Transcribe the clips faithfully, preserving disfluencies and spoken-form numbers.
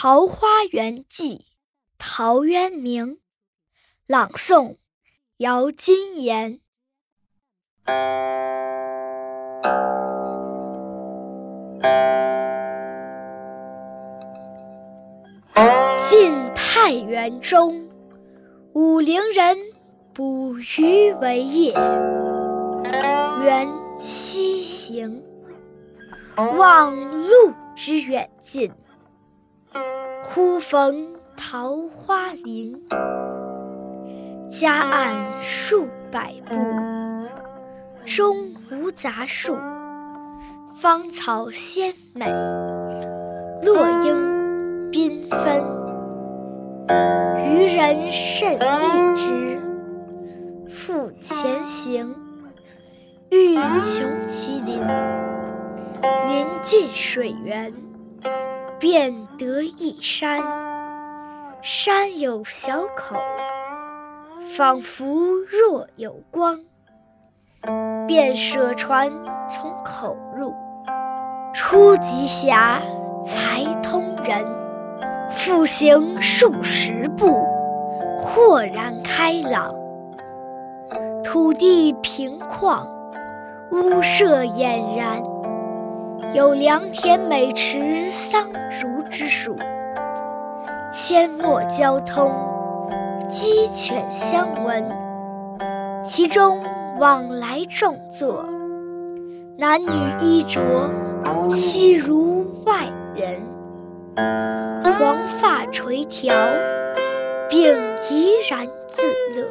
桃花源记》陶渊明，朗诵姚金言。晋太原中，武陵人捕鱼为业。缘溪行，望路之远近，忽逢桃花林。夹岸数百步，中无杂树，芳草鲜美，落英缤纷。渔人甚异之，复前行，欲穷其林。临近水源，便得一山，山有小口，仿佛若有光。便舍船从口入，出极狭，才通人。复行数十步，豁然开朗。土地平旷，屋舍俨然，有良田美池桑竹之属，阡陌交通，鸡犬相闻。其中往来种作，男女衣着，悉如外人。黄发垂髫，并怡然自乐。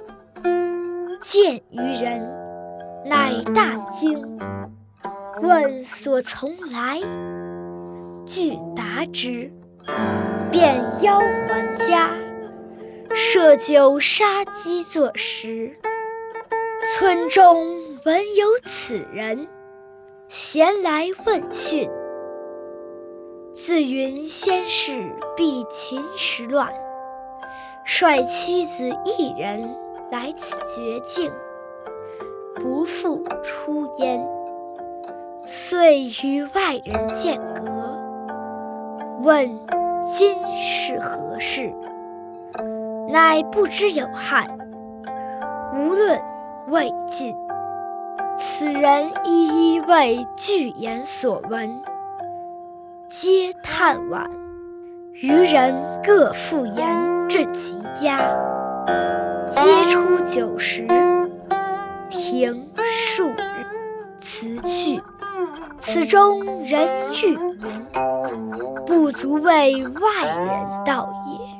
见渔人，乃大惊，问所从来，具答之，便邀还家，设酒杀鸡作食。村中闻有此人，咸来问讯。自云先世避秦时乱，率妻子一人来此绝境，不复出焉。遂与外人间隔，问今是何事，乃不知有汉，无论未尽。此人一一为具言所闻，皆叹惋。渔人各复言振其家，皆出酒食，停数日，辞去。此中人欲云，不足为外人道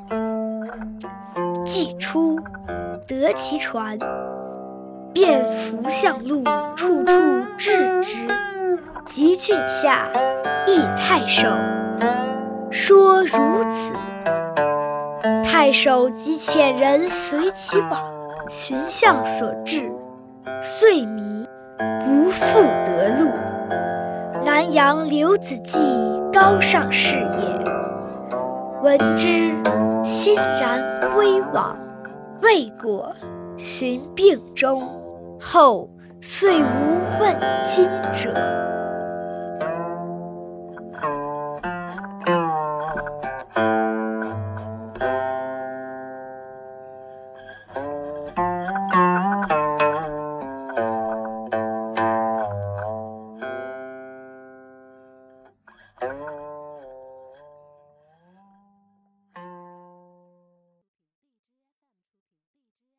也。既出，得其船，便扶向路，处处至之。及郡下，诣太守，说如此。太守即遣人随其往，寻向所至，遂迷，不复得路。南阳刘子骥高尚士也，闻之，欣然归往。未果，寻病终，后遂无问津者。